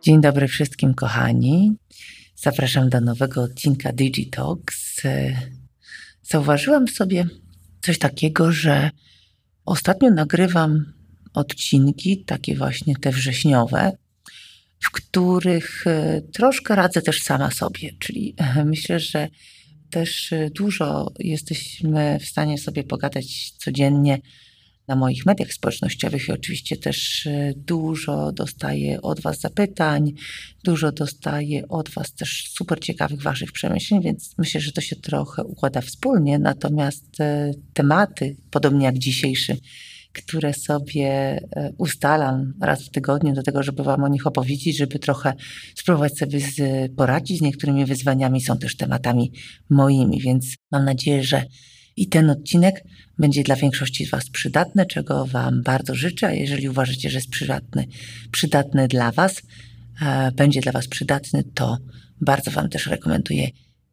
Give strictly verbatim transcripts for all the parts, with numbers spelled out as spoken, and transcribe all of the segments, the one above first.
Dzień dobry wszystkim kochani. Zapraszam do nowego odcinka Digitalks. Zauważyłam sobie coś takiego, że ostatnio nagrywam odcinki, takie właśnie te wrześniowe, w których troszkę radzę też sama sobie. Czyli myślę, że też dużo jesteśmy w stanie sobie pogadać codziennie na moich mediach społecznościowych i oczywiście też dużo dostaję od Was zapytań, dużo dostaję od Was też super ciekawych Waszych przemyśleń, więc myślę, że to się trochę układa wspólnie. Natomiast tematy, podobnie jak dzisiejszy, które sobie ustalam raz w tygodniu do tego, żeby Wam o nich opowiedzieć, żeby trochę spróbować sobie poradzić z niektórymi wyzwaniami, są też tematami moimi, więc mam nadzieję, że i ten odcinek będzie dla większości z Was przydatny, czego Wam bardzo życzę, a jeżeli uważacie, że jest przydatny, przydatny dla Was, e, będzie dla Was przydatny, to bardzo Wam też rekomenduję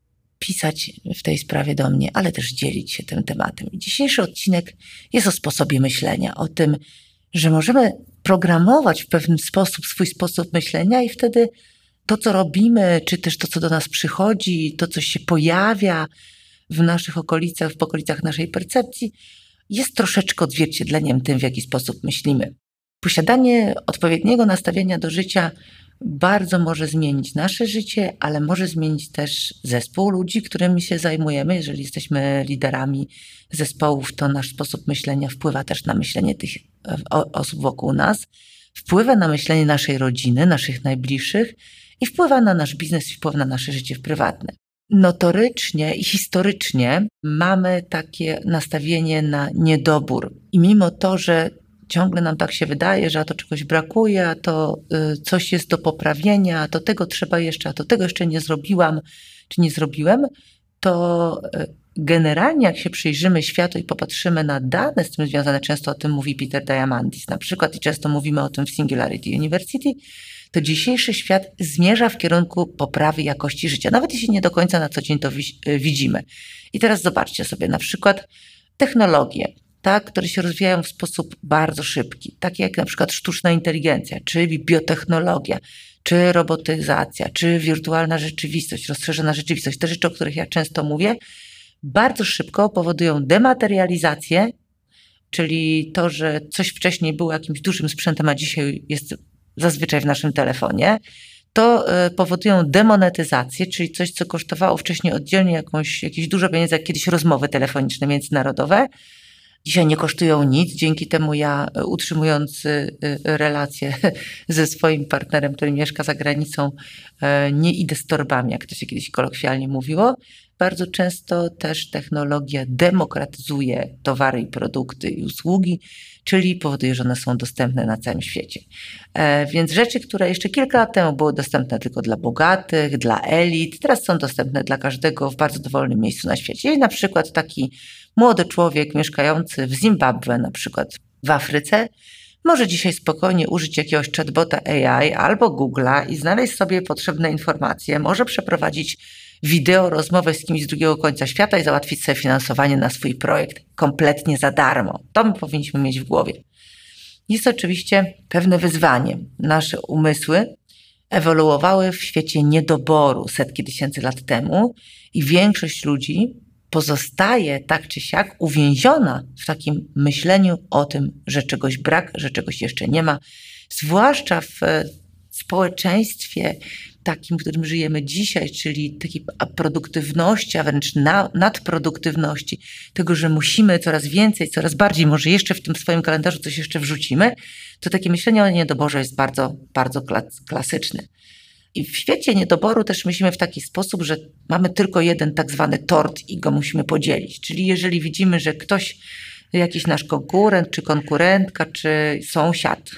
pisać w tej sprawie do mnie, ale też dzielić się tym tematem. I dzisiejszy odcinek jest o sposobie myślenia, o tym, że możemy programować w pewien sposób swój sposób myślenia i wtedy to, co robimy, czy też to, co do nas przychodzi, to, co się pojawia w naszych okolicach, w okolicach naszej percepcji, jest troszeczkę odzwierciedleniem tym, w jaki sposób myślimy. Posiadanie odpowiedniego nastawienia do życia bardzo może zmienić nasze życie, ale może zmienić też zespół ludzi, którymi się zajmujemy. Jeżeli jesteśmy liderami zespołów, to nasz sposób myślenia wpływa też na myślenie tych osób wokół nas, wpływa na myślenie naszej rodziny, naszych najbliższych i wpływa na nasz biznes i wpływa na nasze życie prywatne. Notorycznie i historycznie mamy takie nastawienie na niedobór. I mimo to, że ciągle nam tak się wydaje, że a to czegoś brakuje, a to y, coś jest do poprawienia, a to tego trzeba jeszcze, a to tego jeszcze nie zrobiłam, czy nie zrobiłem, to y, generalnie jak się przyjrzymy światu i popatrzymy na dane z tym związane, często o tym mówi Peter Diamandis na przykład i często mówimy o tym w Singularity University, to dzisiejszy świat zmierza w kierunku poprawy jakości życia, nawet jeśli nie do końca na co dzień to widzimy. I teraz zobaczcie sobie na przykład technologie, tak, które się rozwijają w sposób bardzo szybki, takie jak na przykład sztuczna inteligencja, czy biotechnologia, czy robotyzacja, czy wirtualna rzeczywistość, rozszerzona rzeczywistość, te rzeczy, o których ja często mówię, bardzo szybko powodują dematerializację, czyli to, że coś wcześniej było jakimś dużym sprzętem, a dzisiaj jest zazwyczaj w naszym telefonie, to powodują demonetyzację, czyli coś, co kosztowało wcześniej oddzielnie jakąś, jakieś dużo pieniędzy, jak kiedyś rozmowy telefoniczne międzynarodowe. Dzisiaj nie kosztują nic, dzięki temu ja, utrzymując relacje ze swoim partnerem, który mieszka za granicą, nie idę z torbami, jak to się kiedyś kolokwialnie mówiło. Bardzo często też technologia demokratyzuje towary i produkty i usługi, czyli powoduje, że one są dostępne na całym świecie. E, więc rzeczy, które jeszcze kilka lat temu były dostępne tylko dla bogatych, dla elit, teraz są dostępne dla każdego w bardzo dowolnym miejscu na świecie. I na przykład taki młody człowiek mieszkający w Zimbabwe, na przykład w Afryce, może dzisiaj spokojnie użyć jakiegoś chatbota A I albo Google'a i znaleźć sobie potrzebne informacje, może przeprowadzić wideo rozmowę z kimś z drugiego końca świata i załatwić sobie finansowanie na swój projekt kompletnie za darmo. To my powinniśmy mieć w głowie. Jest oczywiście pewne wyzwanie. Nasze umysły ewoluowały w świecie niedoboru setki tysięcy lat temu i większość ludzi pozostaje tak czy siak uwięziona w takim myśleniu o tym, że czegoś brak, że czegoś jeszcze nie ma, zwłaszcza w społeczeństwie takim, w którym żyjemy dzisiaj, czyli takiej produktywności, a wręcz na, nadproduktywności, tego, że musimy coraz więcej, coraz bardziej, może jeszcze w tym swoim kalendarzu coś jeszcze wrzucimy, to takie myślenie o niedoborze jest bardzo, bardzo klasyczne. I w świecie niedoboru też myślimy w taki sposób, że mamy tylko jeden tak zwany tort i go musimy podzielić. Czyli jeżeli widzimy, że ktoś, jakiś nasz konkurent, czy konkurentka, czy sąsiad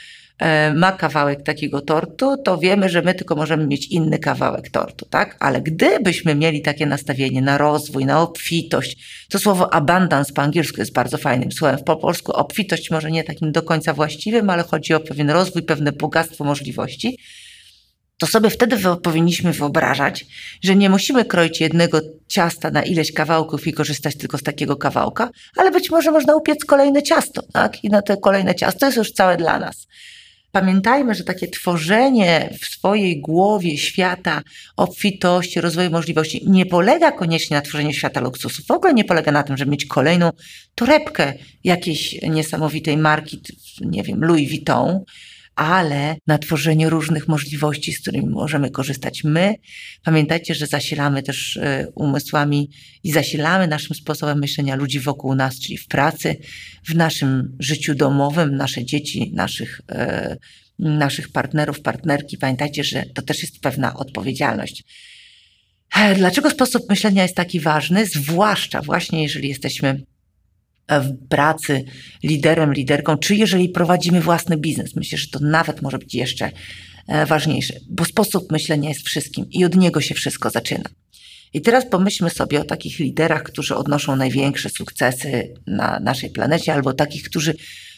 ma kawałek takiego tortu, to wiemy, że my tylko możemy mieć inny kawałek tortu, tak? Ale gdybyśmy mieli takie nastawienie na rozwój, na obfitość, to słowo abundance po angielsku jest bardzo fajnym słowem. Po polsku obfitość może nie takim do końca właściwym, ale chodzi o pewien rozwój, pewne bogactwo możliwości, to sobie wtedy powinniśmy wyobrażać, że nie musimy kroić jednego ciasta na ileś kawałków i korzystać tylko z takiego kawałka, ale być może można upiec kolejne ciasto, tak? I na to kolejne ciasto jest już całe dla nas. Pamiętajmy, że takie tworzenie w swojej głowie świata obfitości, rozwoju możliwości nie polega koniecznie na tworzeniu świata luksusu. W ogóle nie polega na tym, żeby mieć kolejną torebkę jakiejś niesamowitej marki, nie wiem, Louis Vuitton, ale na tworzeniu różnych możliwości, z którymi możemy korzystać my. Pamiętajcie, że zasilamy też umysłami i zasilamy naszym sposobem myślenia ludzi wokół nas, czyli w pracy, w naszym życiu domowym, nasze dzieci, naszych, e, naszych partnerów, partnerki. Pamiętajcie, że to też jest pewna odpowiedzialność. Dlaczego sposób myślenia jest taki ważny? Zwłaszcza właśnie jeżeli jesteśmy w pracy liderem, liderką, czy jeżeli prowadzimy własny biznes. Myślę, że to nawet może być jeszcze ważniejsze, bo sposób myślenia jest wszystkim i od niego się wszystko zaczyna. I teraz pomyślmy sobie o takich liderach, którzy odnoszą największe sukcesy na naszej planecie, albo takich, którzy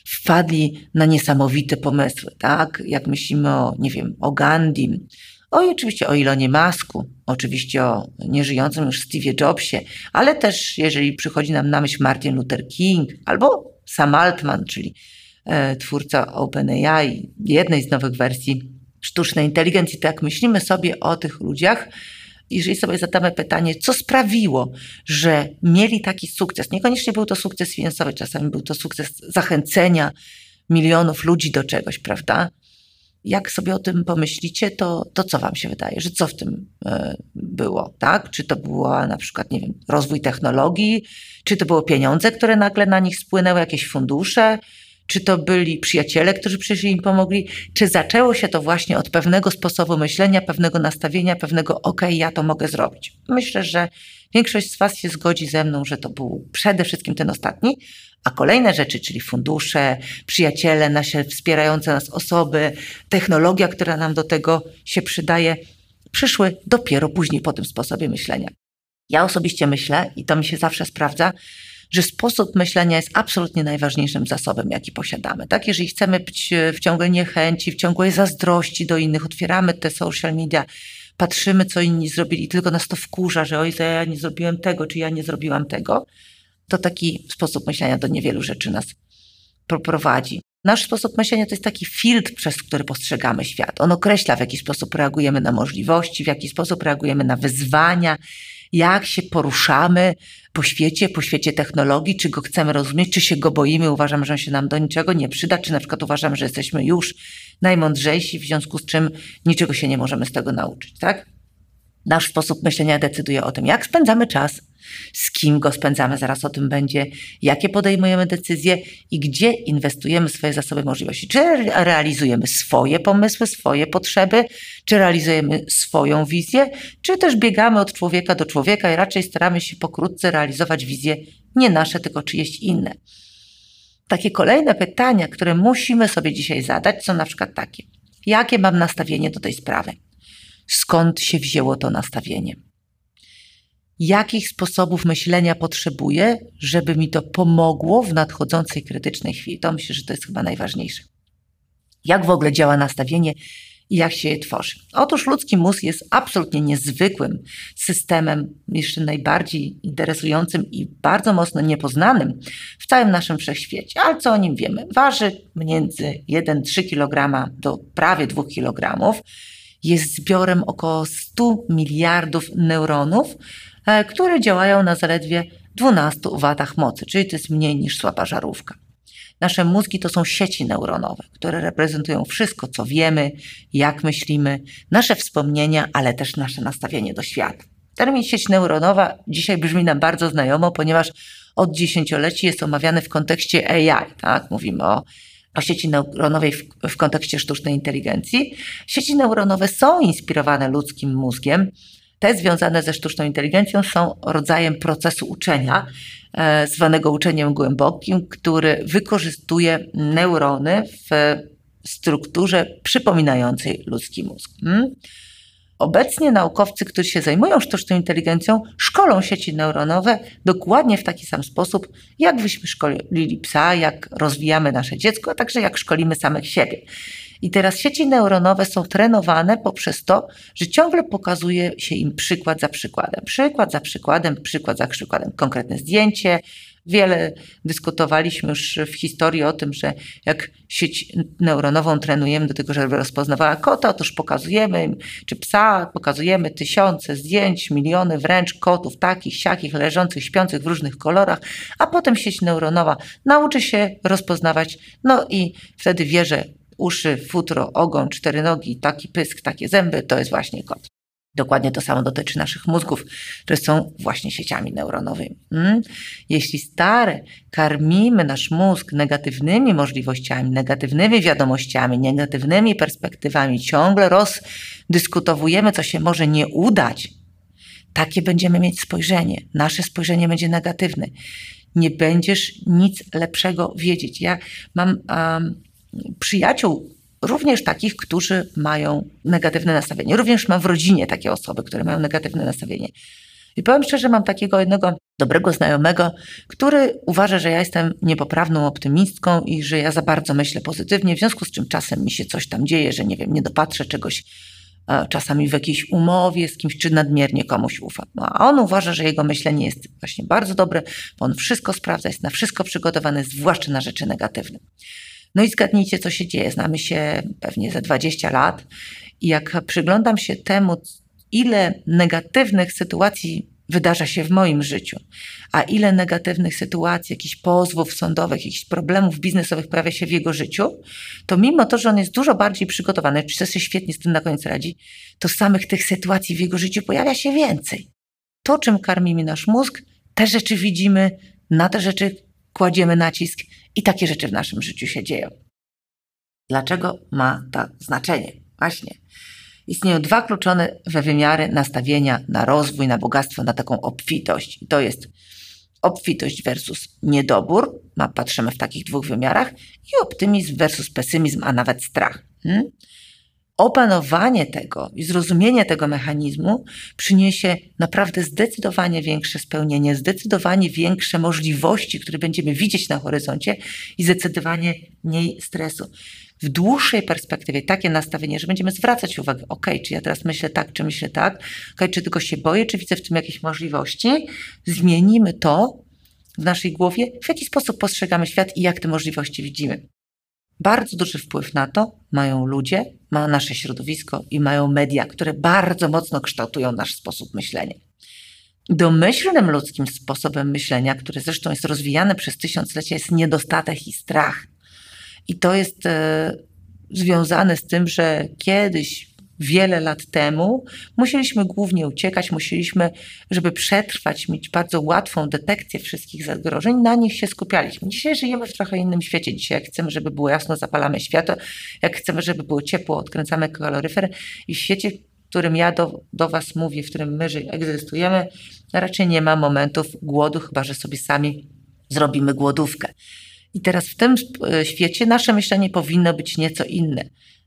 wpadli na niesamowite pomysły, tak? Jak myślimy o, nie wiem, o Gandhim, o i oczywiście o Elonie Musku, oczywiście o nieżyjącym już Steve'ie Jobsie, ale też jeżeli przychodzi nam na myśl Martin Luther King albo Sam Altman, czyli e, twórca OpenAI, jednej z nowych wersji sztucznej inteligencji, to jak myślimy sobie o tych ludziach, jeżeli sobie zadamy pytanie, co sprawiło, że mieli taki sukces, niekoniecznie był to sukces finansowy, czasami był to sukces zachęcenia milionów ludzi do czegoś, prawda? Jak sobie o tym pomyślicie, to, to co wam się wydaje, że co w tym y, było, tak? Czy to była na przykład, nie wiem, rozwój technologii, czy to były pieniądze, które nagle na nich spłynęły, jakieś fundusze, czy to byli przyjaciele, którzy przyszli im pomogli, czy zaczęło się to właśnie od pewnego sposobu myślenia, pewnego nastawienia, pewnego okej, okay, ja to mogę zrobić. Myślę, że większość z was się zgodzi ze mną, że to był przede wszystkim ten ostatni, a kolejne rzeczy, czyli fundusze, przyjaciele, nasze wspierające nas osoby, technologia, która nam do tego się przydaje, przyszły dopiero później po tym sposobie myślenia. Ja osobiście myślę, i to mi się zawsze sprawdza, że sposób myślenia jest absolutnie najważniejszym zasobem, jaki posiadamy. Tak? Jeżeli chcemy być w ciągłej niechęci, w ciągłej zazdrości do innych, otwieramy te social media, patrzymy, co inni zrobili, tylko nas to wkurza, że oj, ja nie zrobiłem tego, czy ja nie zrobiłam tego, to taki sposób myślenia do niewielu rzeczy nas prowadzi. Nasz sposób myślenia to jest taki filtr, przez który postrzegamy świat. On określa, w jaki sposób reagujemy na możliwości, w jaki sposób reagujemy na wyzwania, jak się poruszamy po świecie, po świecie technologii, czy go chcemy rozumieć, czy się go boimy, uważamy, że on się nam do niczego nie przyda, czy na przykład uważamy, że jesteśmy już najmądrzejsi, w związku z czym niczego się nie możemy z tego nauczyć, tak? Nasz sposób myślenia decyduje o tym, jak spędzamy czas, z kim go spędzamy, zaraz o tym będzie, jakie podejmujemy decyzje i gdzie inwestujemy swoje zasoby możliwości. Czy realizujemy swoje pomysły, swoje potrzeby, czy realizujemy swoją wizję, czy też biegamy od człowieka do człowieka i raczej staramy się pokrótce realizować wizje nie nasze, tylko czyjeś inne. Takie kolejne pytania, które musimy sobie dzisiaj zadać, są na przykład takie. Jakie mam nastawienie do tej sprawy? Skąd się wzięło to nastawienie? Jakich sposobów myślenia potrzebuję, żeby mi to pomogło w nadchodzącej krytycznej chwili? To myślę, że to jest chyba najważniejsze. Jak w ogóle działa nastawienie i jak się je tworzy? Otóż ludzki mózg jest absolutnie niezwykłym systemem, jeszcze najbardziej interesującym i bardzo mocno niepoznanym w całym naszym wszechświecie. Ale co o nim wiemy? Waży między jeden przecinek trzy kilograma do prawie dwa kilogramy. Jest zbiorem około stu miliardów neuronów, które działają na zaledwie dwunastu watach mocy, czyli to jest mniej niż słaba żarówka. Nasze mózgi to są sieci neuronowe, które reprezentują wszystko, co wiemy, jak myślimy, nasze wspomnienia, ale też nasze nastawienie do świata. Termin sieć neuronowa dzisiaj brzmi nam bardzo znajomo, ponieważ od dziesięcioleci jest omawiany w kontekście A I. Tak? Mówimy o o sieci neuronowej w, w kontekście sztucznej inteligencji. Sieci neuronowe są inspirowane ludzkim mózgiem. Te związane ze sztuczną inteligencją są rodzajem procesu uczenia, e, zwanego uczeniem głębokim, który wykorzystuje neurony w strukturze przypominającej ludzki mózg. Hmm? Obecnie naukowcy, którzy się zajmują sztuczną inteligencją, szkolą sieci neuronowe dokładnie w taki sam sposób, jak byśmy szkolili psa, jak rozwijamy nasze dziecko, a także jak szkolimy samych siebie. I teraz sieci neuronowe są trenowane poprzez to, że ciągle pokazuje się im przykład za przykładem. Przykład za przykładem, przykład za przykładem. Konkretne zdjęcie. Wiele dyskutowaliśmy już w historii o tym, że jak sieć neuronową trenujemy do tego, żeby rozpoznawała kota, otóż pokazujemy im, czy psa, pokazujemy tysiące zdjęć, miliony wręcz kotów takich, siakich, leżących, śpiących w różnych kolorach, a potem sieć neuronowa nauczy się rozpoznawać, no i wtedy wie, że uszy, futro, ogon, cztery nogi, taki pysk, takie zęby, to jest właśnie kot. Dokładnie to samo dotyczy naszych mózgów, które są właśnie sieciami neuronowymi. Hmm? Jeśli stare karmimy nasz mózg negatywnymi możliwościami, negatywnymi wiadomościami, negatywnymi perspektywami, ciągle rozdyskutowujemy, co się może nie udać, takie będziemy mieć spojrzenie. Nasze spojrzenie będzie negatywne. Nie będziesz nic lepszego wiedzieć. Ja mam um, przyjaciół, również takich, którzy mają negatywne nastawienie. Również mam w rodzinie takie osoby, które mają negatywne nastawienie. I powiem szczerze, mam takiego jednego dobrego znajomego, który uważa, że ja jestem niepoprawną optymistką i że ja za bardzo myślę pozytywnie, w związku z czym czasem mi się coś tam dzieje, że nie wiem, nie dopatrzę czegoś czasami w jakiejś umowie z kimś, czy nadmiernie komuś ufam. No, a on uważa, że jego myślenie jest właśnie bardzo dobre, bo on wszystko sprawdza, jest na wszystko przygotowany, zwłaszcza na rzeczy negatywne. No i zgadnijcie, co się dzieje. Znamy się pewnie za dwadzieścia lat i jak przyglądam się temu, ile negatywnych sytuacji wydarza się w moim życiu, a ile negatywnych sytuacji, jakichś pozwów sądowych, jakichś problemów biznesowych pojawia się w jego życiu, to mimo to, że on jest dużo bardziej przygotowany, czy sobie świetnie z tym na koniec radzi, to samych tych sytuacji w jego życiu pojawia się więcej. To, czym karmimy nasz mózg, te rzeczy widzimy, na te rzeczy kładziemy nacisk i takie rzeczy w naszym życiu się dzieją. Dlaczego ma to znaczenie? Właśnie. Istnieją dwa kluczowe wymiary nastawienia na rozwój, na bogactwo, na taką obfitość. I to jest obfitość versus niedobór. Ma, patrzymy w takich dwóch wymiarach. I optymizm versus pesymizm, a nawet strach. Hmm? Opanowanie tego i zrozumienie tego mechanizmu przyniesie naprawdę zdecydowanie większe spełnienie, zdecydowanie większe możliwości, które będziemy widzieć na horyzoncie i zdecydowanie mniej stresu. W dłuższej perspektywie takie nastawienie, że będziemy zwracać uwagę, ok, czy ja teraz myślę tak, czy myślę tak, ok, czy tylko się boję, czy widzę w tym jakieś możliwości, zmienimy to w naszej głowie, w jaki sposób postrzegamy świat i jak te możliwości widzimy. Bardzo duży wpływ na to mają ludzie, ma nasze środowisko i mają media, które bardzo mocno kształtują nasz sposób myślenia. Domyślnym ludzkim sposobem myślenia, który zresztą jest rozwijany przez tysiąclecia, jest niedostatek i strach. I to jest e, związane z tym, że kiedyś, wiele lat temu, musieliśmy głównie uciekać, musieliśmy, żeby przetrwać, mieć bardzo łatwą detekcję wszystkich zagrożeń, na nich się skupialiśmy. Dzisiaj żyjemy w trochę innym świecie. Dzisiaj jak chcemy, żeby było jasno, zapalamy światło, jak chcemy, żeby było ciepło, odkręcamy kaloryfer i w świecie, w którym ja do, do was mówię, w którym my egzystujemy, raczej nie ma momentów głodu, chyba że sobie sami zrobimy głodówkę. I teraz w tym świecie nasze myślenie powinno być nieco inne.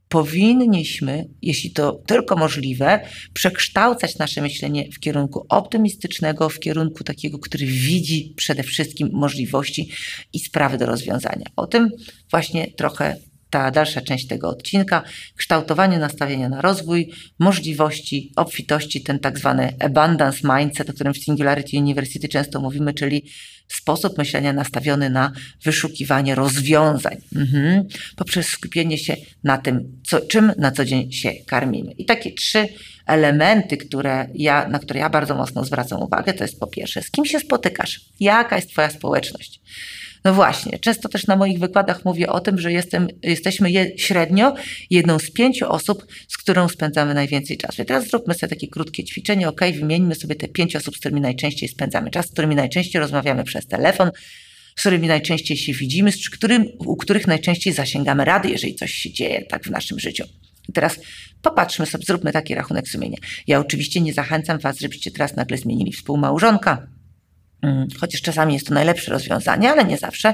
Powinniśmy, jeśli to tylko możliwe, przekształcać nasze myślenie w kierunku optymistycznego, w kierunku takiego, który widzi przede wszystkim możliwości i sprawy do rozwiązania. O tym właśnie trochę ta dalsza część tego odcinka, kształtowanie nastawienia na rozwój, możliwości, obfitości, ten tak zwany abundance mindset, o którym w Singularity University często mówimy, czyli sposób myślenia nastawiony na wyszukiwanie rozwiązań, mhm. poprzez skupienie się na tym, co, czym na co dzień się karmimy. I takie trzy elementy, które ja, na które ja bardzo mocno zwracam uwagę, to jest po pierwsze, z kim się spotykasz, jaka jest twoja społeczność. No właśnie, często też na moich wykładach mówię o tym, że jestem, jesteśmy je, średnio jedną z pięciu osób, z którą spędzamy najwięcej czasu. I teraz zróbmy sobie takie krótkie ćwiczenie, ok, wymieńmy sobie te pięć osób, z którymi najczęściej spędzamy czas, z którymi najczęściej rozmawiamy przez telefon, z którymi najczęściej się widzimy, z którym, u których najczęściej zasięgamy rady, jeżeli coś się dzieje tak w naszym życiu. I teraz popatrzmy sobie, zróbmy taki rachunek sumienia. Ja oczywiście nie zachęcam was, żebyście teraz nagle zmienili współmałżonka, chociaż czasami jest to najlepsze rozwiązanie, ale nie zawsze.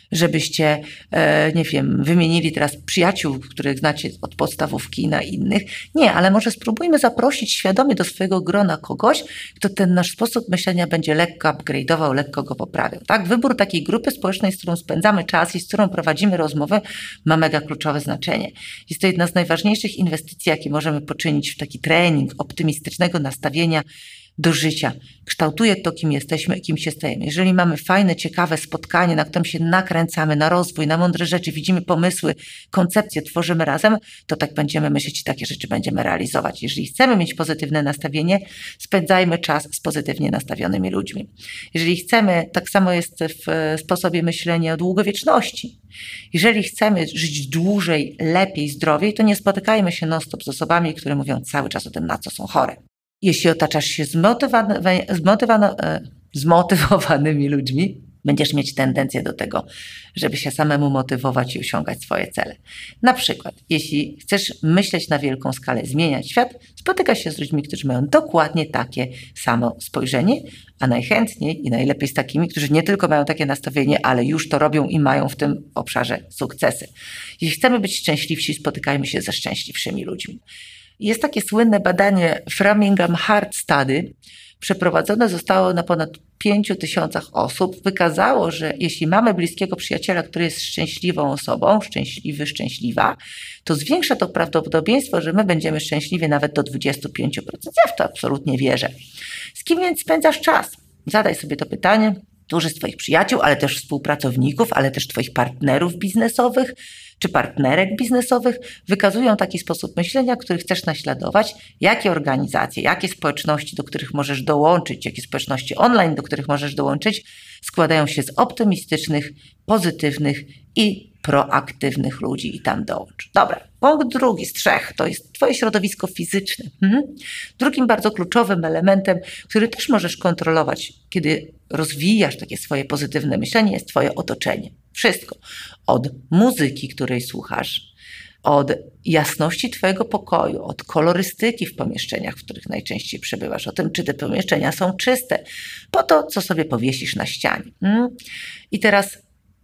żebyście, e, nie wiem, wymienili teraz przyjaciół, których znacie od podstawówki na innych. Nie, ale może spróbujmy zaprosić świadomie do swojego grona kogoś, kto ten nasz sposób myślenia będzie lekko upgrade'ował, lekko go poprawiał. Tak? Wybór takiej grupy społecznej, z którą spędzamy czas i z którą prowadzimy rozmowę, ma mega kluczowe znaczenie. Jest to jedna z najważniejszych inwestycji, jakie możemy poczynić w taki trening optymistycznego nastawienia do życia. Kształtuje to, kim jesteśmy i kim się stajemy. Jeżeli mamy fajne, ciekawe spotkanie, na którym się nakręcamy, na rozwój, na mądre rzeczy, widzimy pomysły, koncepcje, tworzymy razem, to tak będziemy myśleć i takie rzeczy będziemy realizować. Jeżeli chcemy mieć pozytywne nastawienie, spędzajmy czas z pozytywnie nastawionymi ludźmi. Jeżeli chcemy, tak samo jest w sposobie myślenia o długowieczności. Jeżeli chcemy żyć dłużej, lepiej, zdrowiej, to nie spotykajmy się non-stop z osobami, które mówią cały czas o tym, na co są chore. Jeśli otaczasz się zmotywa- zmotywa- zmotywowanymi ludźmi, będziesz mieć tendencję do tego, żeby się samemu motywować i osiągać swoje cele. Na przykład, jeśli chcesz myśleć na wielką skalę, zmieniać świat, spotykasz się z ludźmi, którzy mają dokładnie takie samo spojrzenie, a najchętniej i najlepiej z takimi, którzy nie tylko mają takie nastawienie, ale już to robią i mają w tym obszarze sukcesy. Jeśli chcemy być szczęśliwsi, spotykajmy się ze szczęśliwszymi ludźmi. Jest takie słynne badanie Framingham Heart Study, przeprowadzone zostało na ponad pięciu tysiącach osób. Wykazało, że jeśli mamy bliskiego przyjaciela, który jest szczęśliwą osobą, szczęśliwy, szczęśliwa, to zwiększa to prawdopodobieństwo, że my będziemy szczęśliwi nawet do dwudziestu pięciu procent. Ja w to absolutnie wierzę. Z kim więc spędzasz czas? Zadaj sobie to pytanie. Którzy z Twoich przyjaciół, ale też współpracowników, ale też Twoich partnerów biznesowych czy partnerek biznesowych wykazują taki sposób myślenia, który chcesz naśladować, jakie organizacje, jakie społeczności, do których możesz dołączyć, jakie społeczności online, do których możesz dołączyć, składają się z optymistycznych, pozytywnych i proaktywnych ludzi i tam dołącz. Dobra, punkt drugi z trzech to jest Twoje środowisko fizyczne. Mhm. Drugim bardzo kluczowym elementem, który też możesz kontrolować, kiedy rozwijasz takie swoje pozytywne myślenie, jest Twoje otoczenie. Wszystko. Od muzyki, której słuchasz, od jasności Twojego pokoju, od kolorystyki w pomieszczeniach, w których najczęściej przebywasz, o tym, czy te pomieszczenia są czyste, po to, co sobie powiesisz na ścianie. Mhm. I teraz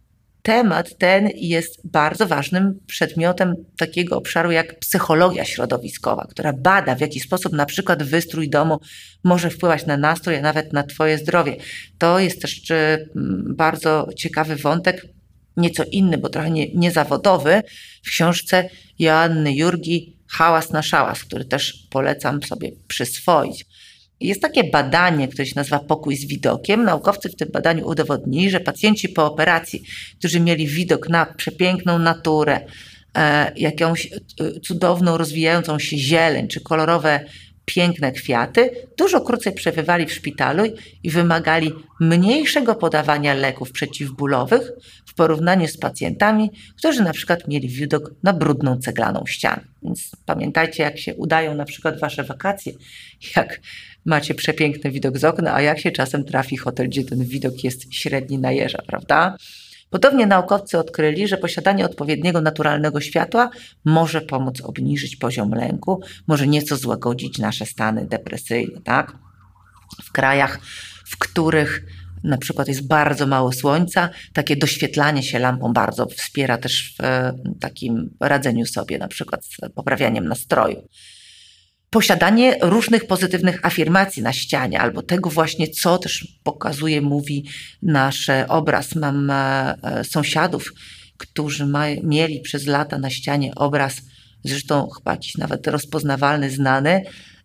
temat ten jest bardzo ważnym przedmiotem takiego obszaru jak psychologia środowiskowa, która bada, w jaki sposób na przykład wystrój domu może wpływać na nastrój, a nawet na Twoje zdrowie. To jest też bardzo ciekawy wątek, nieco inny, bo trochę nie, niezawodowy, w książce Joanny Jurgi Hałas na szałas, który też polecam sobie przyswoić. Jest takie badanie, które się nazywa Pokój z widokiem. Naukowcy w tym badaniu udowodnili, że pacjenci po operacji, którzy mieli widok na przepiękną naturę, e, jakąś cudowną, rozwijającą się zieleń czy kolorowe, piękne kwiaty, dużo krócej przebywali w szpitalu i wymagali mniejszego podawania leków przeciwbólowych w porównaniu z pacjentami, którzy na przykład mieli widok na brudną ceglaną ścianę. Więc pamiętajcie, jak się udają na przykład wasze wakacje, jak macie przepiękny widok z okna, a jak się czasem trafi hotel, gdzie ten widok jest średni na jeża, prawda? Podobnie naukowcy odkryli, że posiadanie odpowiedniego naturalnego światła może pomóc obniżyć poziom lęku, może nieco złagodzić nasze stany depresyjne, tak? W krajach, w których na przykład jest bardzo mało słońca, takie doświetlanie się lampą bardzo wspiera też w takim radzeniu sobie, na przykład z poprawianiem nastroju. Posiadanie różnych pozytywnych afirmacji na ścianie, albo tego właśnie, co też pokazuje, mówi nasz obraz. Mam sąsiadów, którzy ma, mieli przez lata na ścianie obraz, zresztą chyba jakiś nawet rozpoznawalny, znany,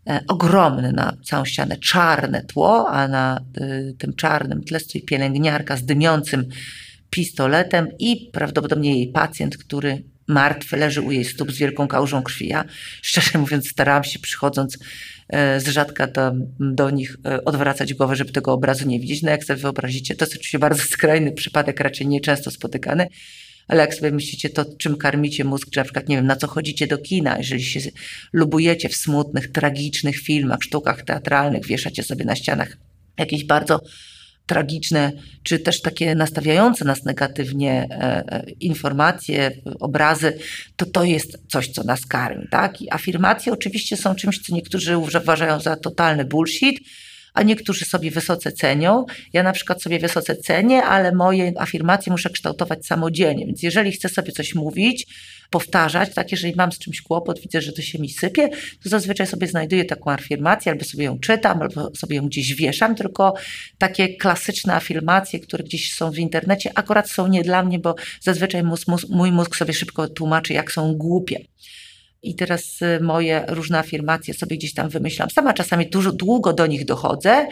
ogromny na całą ścianę, czarne tło, a na y, tym czarnym tle stoi pielęgniarka z dymiącym pistoletem i prawdopodobnie jej pacjent, który martwy leży u jej stóp z wielką kałużą krwi. Ja, szczerze mówiąc, starałam się przychodząc e, z rzadka do, do nich e, odwracać głowę, żeby tego obrazu nie widzieć. No jak sobie wyobrazicie, to jest oczywiście bardzo skrajny przypadek, raczej nieczęsto spotykany, ale jak sobie myślicie, to czym karmicie mózg, czy na przykład, nie wiem, na co chodzicie do kina, jeżeli się lubujecie w smutnych, tragicznych filmach, sztukach teatralnych, wieszacie sobie na ścianach jakieś bardzo tragiczne, czy też takie nastawiające nas negatywnie e, e, informacje, obrazy, to to jest coś, co nas karmi, tak? I afirmacje oczywiście są czymś, co niektórzy uważają za totalny bullshit, a niektórzy sobie wysoce cenią. Ja na przykład sobie wysoce cenię, ale moje afirmacje muszę kształtować samodzielnie, więc jeżeli chcę sobie coś mówić, powtarzać, tak, jeżeli mam z czymś kłopot, widzę, że to się mi sypie, to zazwyczaj sobie znajduję taką afirmację, albo sobie ją czytam, albo sobie ją gdzieś wieszam, tylko takie klasyczne afirmacje, które gdzieś są w internecie, akurat są nie dla mnie, bo zazwyczaj mózg, mózg, mój mózg sobie szybko tłumaczy, jak są głupie. I teraz moje różne afirmacje sobie gdzieś tam wymyślam. Sama czasami dużo, długo do nich dochodzę,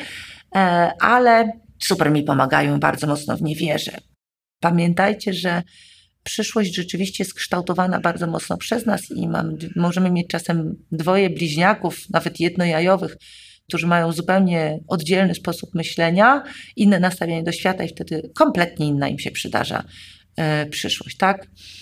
ale super mi pomagają, bardzo mocno w nie wierzę. Pamiętajcie, że przyszłość rzeczywiście jest kształtowana bardzo mocno przez nas i mam, możemy mieć czasem dwoje bliźniaków, nawet jednojajowych, którzy mają zupełnie oddzielny sposób myślenia, inne nastawienie do świata i wtedy kompletnie inna im się przydarza e, przyszłość, tak?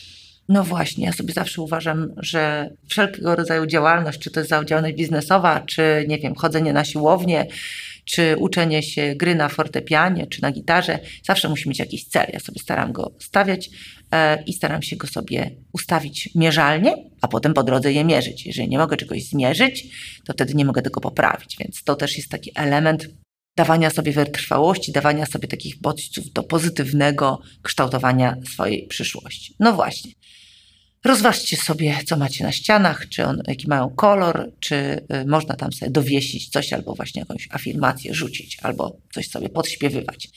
No właśnie, ja sobie zawsze uważam, że wszelkiego rodzaju działalność, czy to jest działalność biznesowa, czy nie wiem, chodzenie na siłownię, czy uczenie się gry na fortepianie, czy na gitarze, zawsze musi mieć jakiś cel. Ja sobie staram go stawiać e, i staram się go sobie ustawić mierzalnie, a potem po drodze je mierzyć. Jeżeli nie mogę czegoś zmierzyć, to wtedy nie mogę tego poprawić, więc to też jest taki element dawania sobie wytrwałości, dawania sobie takich bodźców do pozytywnego kształtowania swojej przyszłości. No właśnie. Rozważcie sobie, co macie na ścianach, czy on, jaki mają kolor, czy y, można tam sobie dowiesić coś, albo właśnie jakąś afirmację rzucić, albo coś sobie podśpiewywać.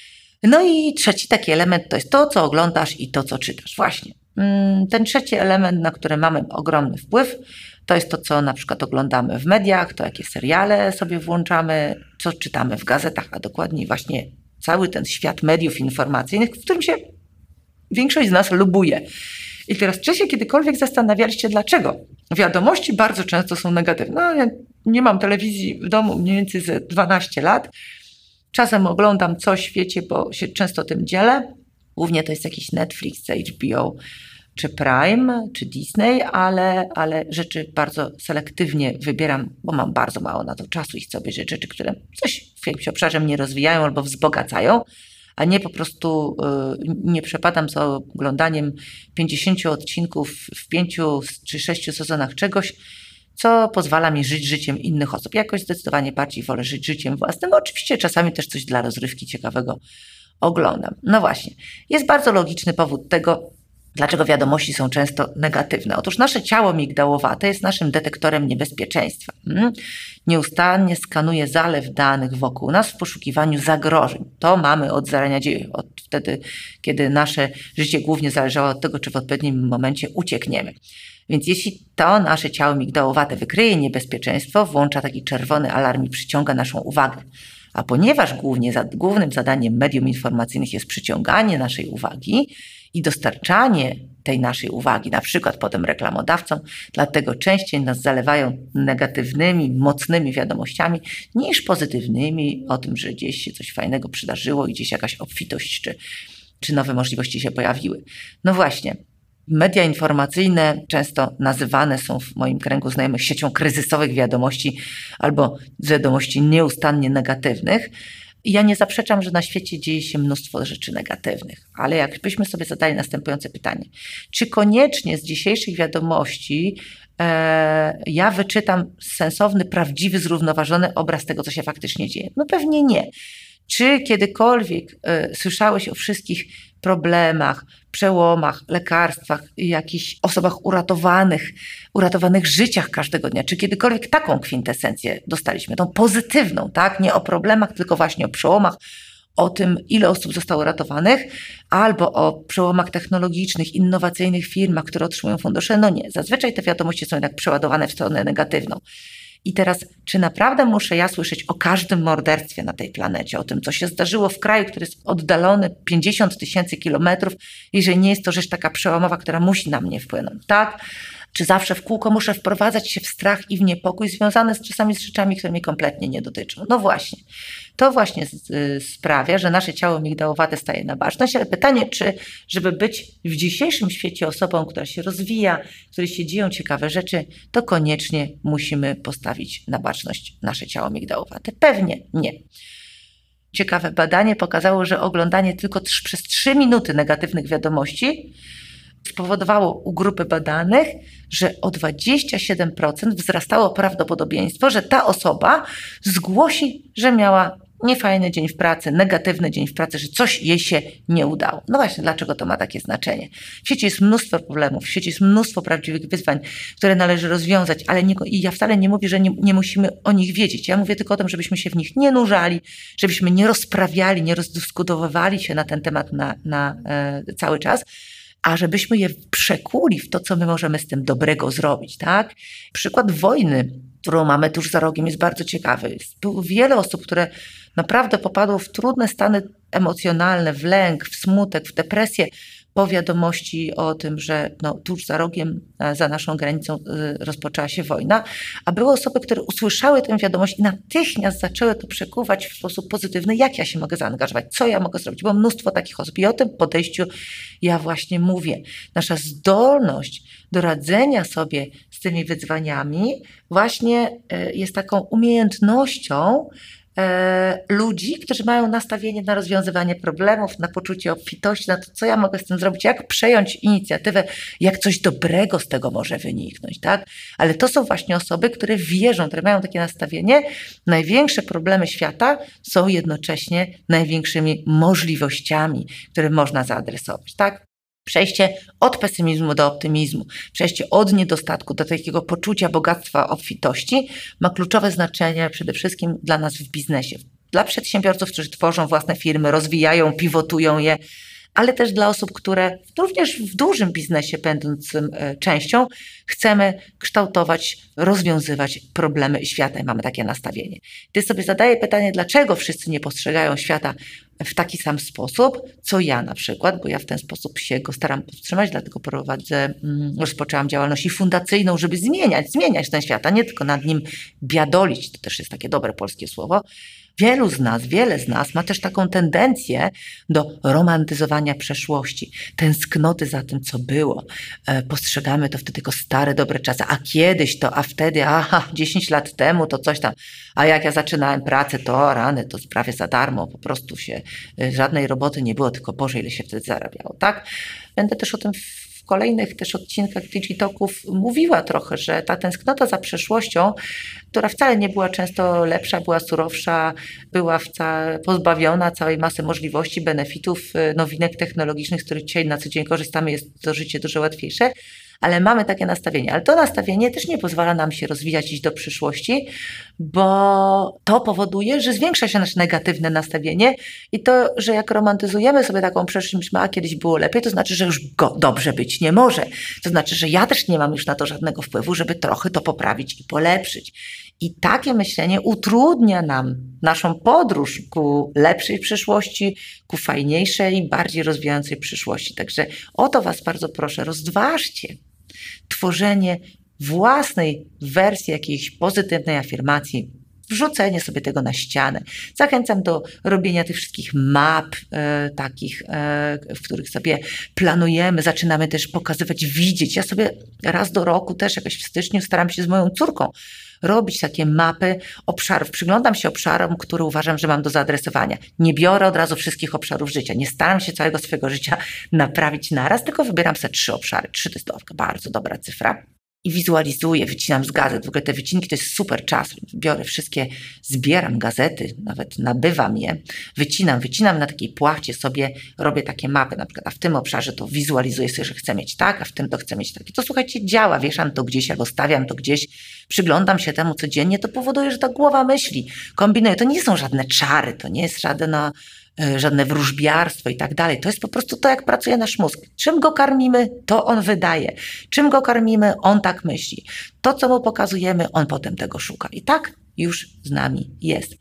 No i trzeci taki element to jest to, co oglądasz i to, co czytasz. Właśnie. Ten trzeci element, na który mamy ogromny wpływ, to jest to, co na przykład oglądamy w mediach, to jakie seriale sobie włączamy, co czytamy w gazetach, a dokładniej właśnie cały ten świat mediów informacyjnych, w którym się większość z nas lubuje. I teraz, czy się kiedykolwiek zastanawialiście, dlaczego? Wiadomości bardzo często są negatywne. No, ja nie mam telewizji w domu mniej więcej ze dwanaście lat. Czasem oglądam coś w świecie, bo się często tym dzielę. Głównie to jest jakiś Netflix, H B O, czy Prime, czy Disney, ale, ale rzeczy bardzo selektywnie wybieram, bo mam bardzo mało na to czasu i chcę obejrzeć rzeczy, które coś w jakimś obszarze mnie rozwijają albo wzbogacają, a nie po prostu y, nie przepadam za oglądaniem pięćdziesięciu odcinków w pięciu czy sześciu sezonach czegoś, co pozwala mi żyć życiem innych osób. Jakoś zdecydowanie bardziej wolę żyć życiem własnym. Oczywiście czasami też coś dla rozrywki ciekawego oglądam. No właśnie, jest bardzo logiczny powód tego, dlaczego wiadomości są często negatywne. Otóż nasze ciało migdałowate jest naszym detektorem niebezpieczeństwa. Hmm? Nieustannie skanuje zalew danych wokół nas w poszukiwaniu zagrożeń. To mamy od zarania dziejów, od wtedy, kiedy nasze życie głównie zależało od tego, czy w odpowiednim momencie uciekniemy. Więc jeśli to nasze ciało migdałowate wykryje niebezpieczeństwo, włącza taki czerwony alarm i przyciąga naszą uwagę. A ponieważ głównie za, głównym zadaniem medium informacyjnych jest przyciąganie naszej uwagi i dostarczanie tej naszej uwagi, na przykład potem reklamodawcom, dlatego częściej nas zalewają negatywnymi, mocnymi wiadomościami niż pozytywnymi o tym, że gdzieś się coś fajnego przydarzyło i gdzieś jakaś obfitość czy, czy nowe możliwości się pojawiły. No właśnie. Media informacyjne często nazywane są w moim kręgu znajomych siecią kryzysowych wiadomości albo wiadomości nieustannie negatywnych. I ja nie zaprzeczam, że na świecie dzieje się mnóstwo rzeczy negatywnych, ale jakbyśmy sobie zadali następujące pytanie. Czy koniecznie z dzisiejszych wiadomości e, ja wyczytam sensowny, prawdziwy, zrównoważony obraz tego, co się faktycznie dzieje? No pewnie nie. Czy kiedykolwiek y, słyszałeś o wszystkich problemach, przełomach, lekarstwach, jakichś osobach uratowanych, uratowanych życiach każdego dnia? Czy kiedykolwiek taką kwintesencję dostaliśmy, tą pozytywną, tak? Nie o problemach, tylko właśnie o przełomach, o tym, ile osób zostało uratowanych, albo o przełomach technologicznych, innowacyjnych firmach, które otrzymują fundusze? No nie. Zazwyczaj te wiadomości są jednak przeładowane w stronę negatywną. I teraz, czy naprawdę muszę ja słyszeć o każdym morderstwie na tej planecie, o tym, co się zdarzyło w kraju, który jest oddalony pięćdziesiąt tysięcy kilometrów, jeżeli nie jest to rzecz taka przełomowa, która musi na mnie wpłynąć, tak? Czy zawsze w kółko muszę wprowadzać się w strach i w niepokój związane z czasami z rzeczami, które mnie kompletnie nie dotyczą? No właśnie. To właśnie sprawia, że nasze ciało migdałowate staje na baczność, ale pytanie, czy żeby być w dzisiejszym świecie osobą, która się rozwija, w której się dzieją ciekawe rzeczy, to koniecznie musimy postawić na baczność nasze ciało migdałowate? Pewnie nie. Ciekawe badanie pokazało, że oglądanie tylko trz- przez trzy minuty negatywnych wiadomości spowodowało u grupy badanych, że o dwadzieścia siedem procent wzrastało prawdopodobieństwo, że ta osoba zgłosi, że miała niefajny dzień w pracy, negatywny dzień w pracy, że coś jej się nie udało. No właśnie, dlaczego to ma takie znaczenie? W sieci jest mnóstwo problemów, w sieci jest mnóstwo prawdziwych wyzwań, które należy rozwiązać, ale nie, i ja wcale nie mówię, że nie, nie musimy o nich wiedzieć. Ja mówię tylko o tym, żebyśmy się w nich nie nurzali, żebyśmy nie rozprawiali, nie rozdyskutowywali się na ten temat na, na e, cały czas, a żebyśmy je przekuli w to, co my możemy z tym dobrego zrobić, tak? Przykład wojny, którą mamy tuż za rogiem, jest bardzo ciekawy. Było wiele osób, które naprawdę popadło w trudne stany emocjonalne, w lęk, w smutek, w depresję po wiadomości o tym, że no, tuż za rogiem, za naszą granicą rozpoczęła się wojna, a były osoby, które usłyszały tę wiadomość i natychmiast zaczęły to przekuwać w sposób pozytywny, jak ja się mogę zaangażować, co ja mogę zrobić. Było mnóstwo takich osób i o tym podejściu ja właśnie mówię. Nasza zdolność do radzenia sobie z tymi wyzwaniami właśnie jest taką umiejętnością ludzi, którzy mają nastawienie na rozwiązywanie problemów, na poczucie obfitości, na to, co ja mogę z tym zrobić, jak przejąć inicjatywę, jak coś dobrego z tego może wyniknąć, tak? Ale to są właśnie osoby, które wierzą, które mają takie nastawienie. Największe problemy świata są jednocześnie największymi możliwościami, które można zaadresować, tak? Przejście od pesymizmu do optymizmu, przejście od niedostatku do takiego poczucia bogactwa, obfitości ma kluczowe znaczenie przede wszystkim dla nas w biznesie. Dla przedsiębiorców, którzy tworzą własne firmy, rozwijają, pivotują je, ale też dla osób, które również w dużym biznesie będącym częścią chcemy kształtować, rozwiązywać problemy świata i mamy takie nastawienie. Gdy sobie zadaję pytanie, dlaczego wszyscy nie postrzegają świata w taki sam sposób, co ja na przykład, bo ja w ten sposób się go staram powstrzymać, dlatego prowadzę, rozpoczęłam działalność i fundacyjną, żeby zmieniać, zmieniać ten świat, a nie tylko nad nim biadolić, to też jest takie dobre polskie słowo. Wielu z nas, wiele z nas ma też taką tendencję do romantyzowania przeszłości, tęsknoty za tym, co było. E, postrzegamy to wtedy jako stare, dobre czasy, a kiedyś to, a wtedy, aha, dziesięć lat temu to coś tam, a jak ja zaczynałem pracę, to rany, to prawie za darmo, po prostu się, żadnej roboty nie było, tylko Boże, ile się wtedy zarabiało, tak? Będę też o tym w kolejnych też odcinkach Digitalków mówiła trochę, że ta tęsknota za przeszłością, która wcale nie była często lepsza, była surowsza, była wcale pozbawiona całej masy możliwości, benefitów, nowinek technologicznych, z których dzisiaj na co dzień korzystamy, jest to życie dużo łatwiejsze. Ale mamy takie nastawienie. Ale to nastawienie też nie pozwala nam się rozwijać, iść do przyszłości, bo to powoduje, że zwiększa się nasze negatywne nastawienie i to, że jak romantyzujemy sobie taką przeszłość, myślimy, a kiedyś było lepiej, to znaczy, że już go dobrze być nie może. To znaczy, że ja też nie mam już na to żadnego wpływu, żeby trochę to poprawić i polepszyć. I takie myślenie utrudnia nam naszą podróż ku lepszej przyszłości, ku fajniejszej, bardziej rozwijającej przyszłości. Także o to Was bardzo proszę, rozważcie tworzenie własnej wersji jakiejś pozytywnej afirmacji, wrzucenie sobie tego na ścianę. Zachęcam do robienia tych wszystkich map e, takich, e, w których sobie planujemy, zaczynamy też pokazywać, widzieć. Ja sobie raz do roku też jakoś w styczniu staram się z moją córką robić takie mapy obszarów. Przyglądam się obszarom, które uważam, że mam do zaadresowania. Nie biorę od razu wszystkich obszarów życia. Nie staram się całego swojego życia naprawić naraz, tylko wybieram sobie trzy obszary. Trzy to jest bardzo dobra cyfra. I wizualizuję, wycinam z gazet. W ogóle te wycinki to jest super czas. Biorę wszystkie, zbieram gazety, nawet nabywam je, wycinam, wycinam na takiej płachcie sobie, robię takie mapy, na przykład, a w tym obszarze to wizualizuję sobie, że chcę mieć tak, a w tym to chcę mieć tak. I to słuchajcie, działa, wieszam to gdzieś albo stawiam to gdzieś, przyglądam się temu codziennie, to powoduje, że ta głowa myśli, kombinuje. To nie są żadne czary, to nie jest żadne, żadne wróżbiarstwo i tak dalej. To jest po prostu to, jak pracuje nasz mózg. Czym go karmimy, to on wydaje. Czym go karmimy, on tak myśli. To, co mu pokazujemy, on potem tego szuka. I tak już z nami jest.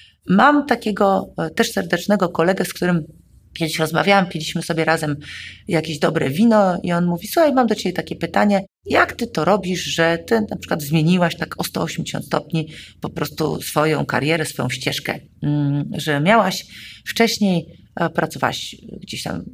Mam takiego też serdecznego kolegę, z którym kiedyś rozmawiałam, piliśmy sobie razem jakieś dobre wino i on mówi, słuchaj, mam do ciebie takie pytanie, jak ty to robisz, że ty na przykład zmieniłaś tak o sto osiemdziesiąt stopni po prostu swoją karierę, swoją ścieżkę, że miałaś wcześniej, pracowałaś gdzieś tam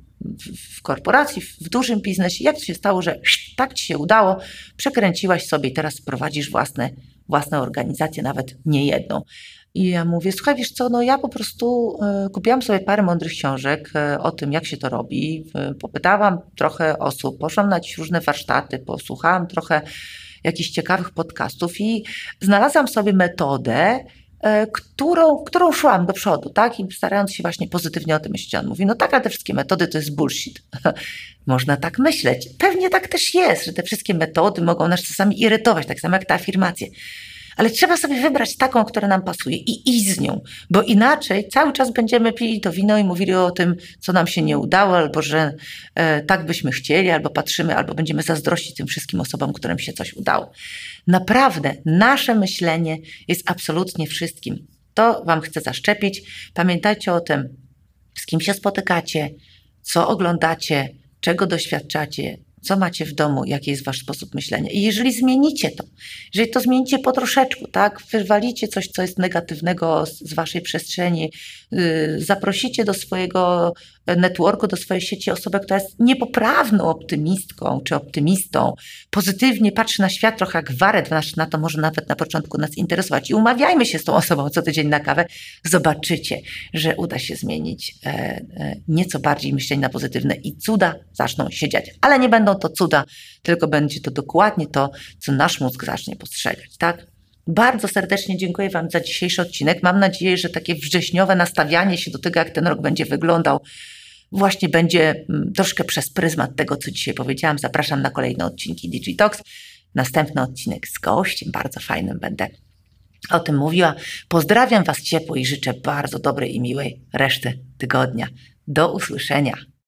w korporacji, w dużym biznesie, jak to się stało, że tak ci się udało, przekręciłaś sobie i teraz prowadzisz własne, własne organizacje, nawet nie jedną. I ja mówię, słuchaj, wiesz co, no ja po prostu y, kupiłam sobie parę mądrych książek y, o tym, jak się to robi. Y, popytałam trochę osób, poszłam na jakieś różne warsztaty, posłuchałam trochę jakichś ciekawych podcastów i znalazłam sobie metodę, którą, którą szłam do przodu, tak? I starając się właśnie pozytywnie o tym myśleć. On mówi, no tak, ale te wszystkie metody to jest bullshit. Można tak myśleć. Pewnie tak też jest, że te wszystkie metody mogą nas czasami irytować, tak samo jak te afirmacje. Ale trzeba sobie wybrać taką, która nam pasuje i iść z nią, bo inaczej cały czas będziemy pili to wino i mówili o tym, co nam się nie udało, albo że e, tak byśmy chcieli, albo patrzymy, albo będziemy zazdrościć tym wszystkim osobom, którym się coś udało. Naprawdę, nasze myślenie jest absolutnie wszystkim. To wam chcę zaszczepić. Pamiętajcie o tym, z kim się spotykacie, co oglądacie, czego doświadczacie, co macie w domu, jaki jest wasz sposób myślenia. I jeżeli zmienicie to, jeżeli to zmienicie po troszeczku, tak, wywalicie coś, co jest negatywnego z, z waszej przestrzeni, yy, zaprosicie do swojego networku, do swojej sieci osobę, która jest niepoprawną optymistką czy optymistą, pozytywnie patrzy na świat trochę jak waret, na, na to może nawet na początku nas interesować i umawiajmy się z tą osobą co tydzień na kawę, zobaczycie, że uda się zmienić e, e, nieco bardziej myślenie na pozytywne i cuda zaczną się dziać. Ale nie będą to cuda, tylko będzie to dokładnie to, co nasz mózg zacznie postrzegać, tak? Bardzo serdecznie dziękuję wam za dzisiejszy odcinek. Mam nadzieję, że takie wrześniowe nastawianie się do tego, jak ten rok będzie wyglądał, właśnie będzie troszkę przez pryzmat tego, co dzisiaj powiedziałam. Zapraszam na kolejne odcinki Digitalks. Następny odcinek z gościem, bardzo fajnym będę o tym mówiła. Pozdrawiam was ciepło i życzę bardzo dobrej i miłej reszty tygodnia. Do usłyszenia.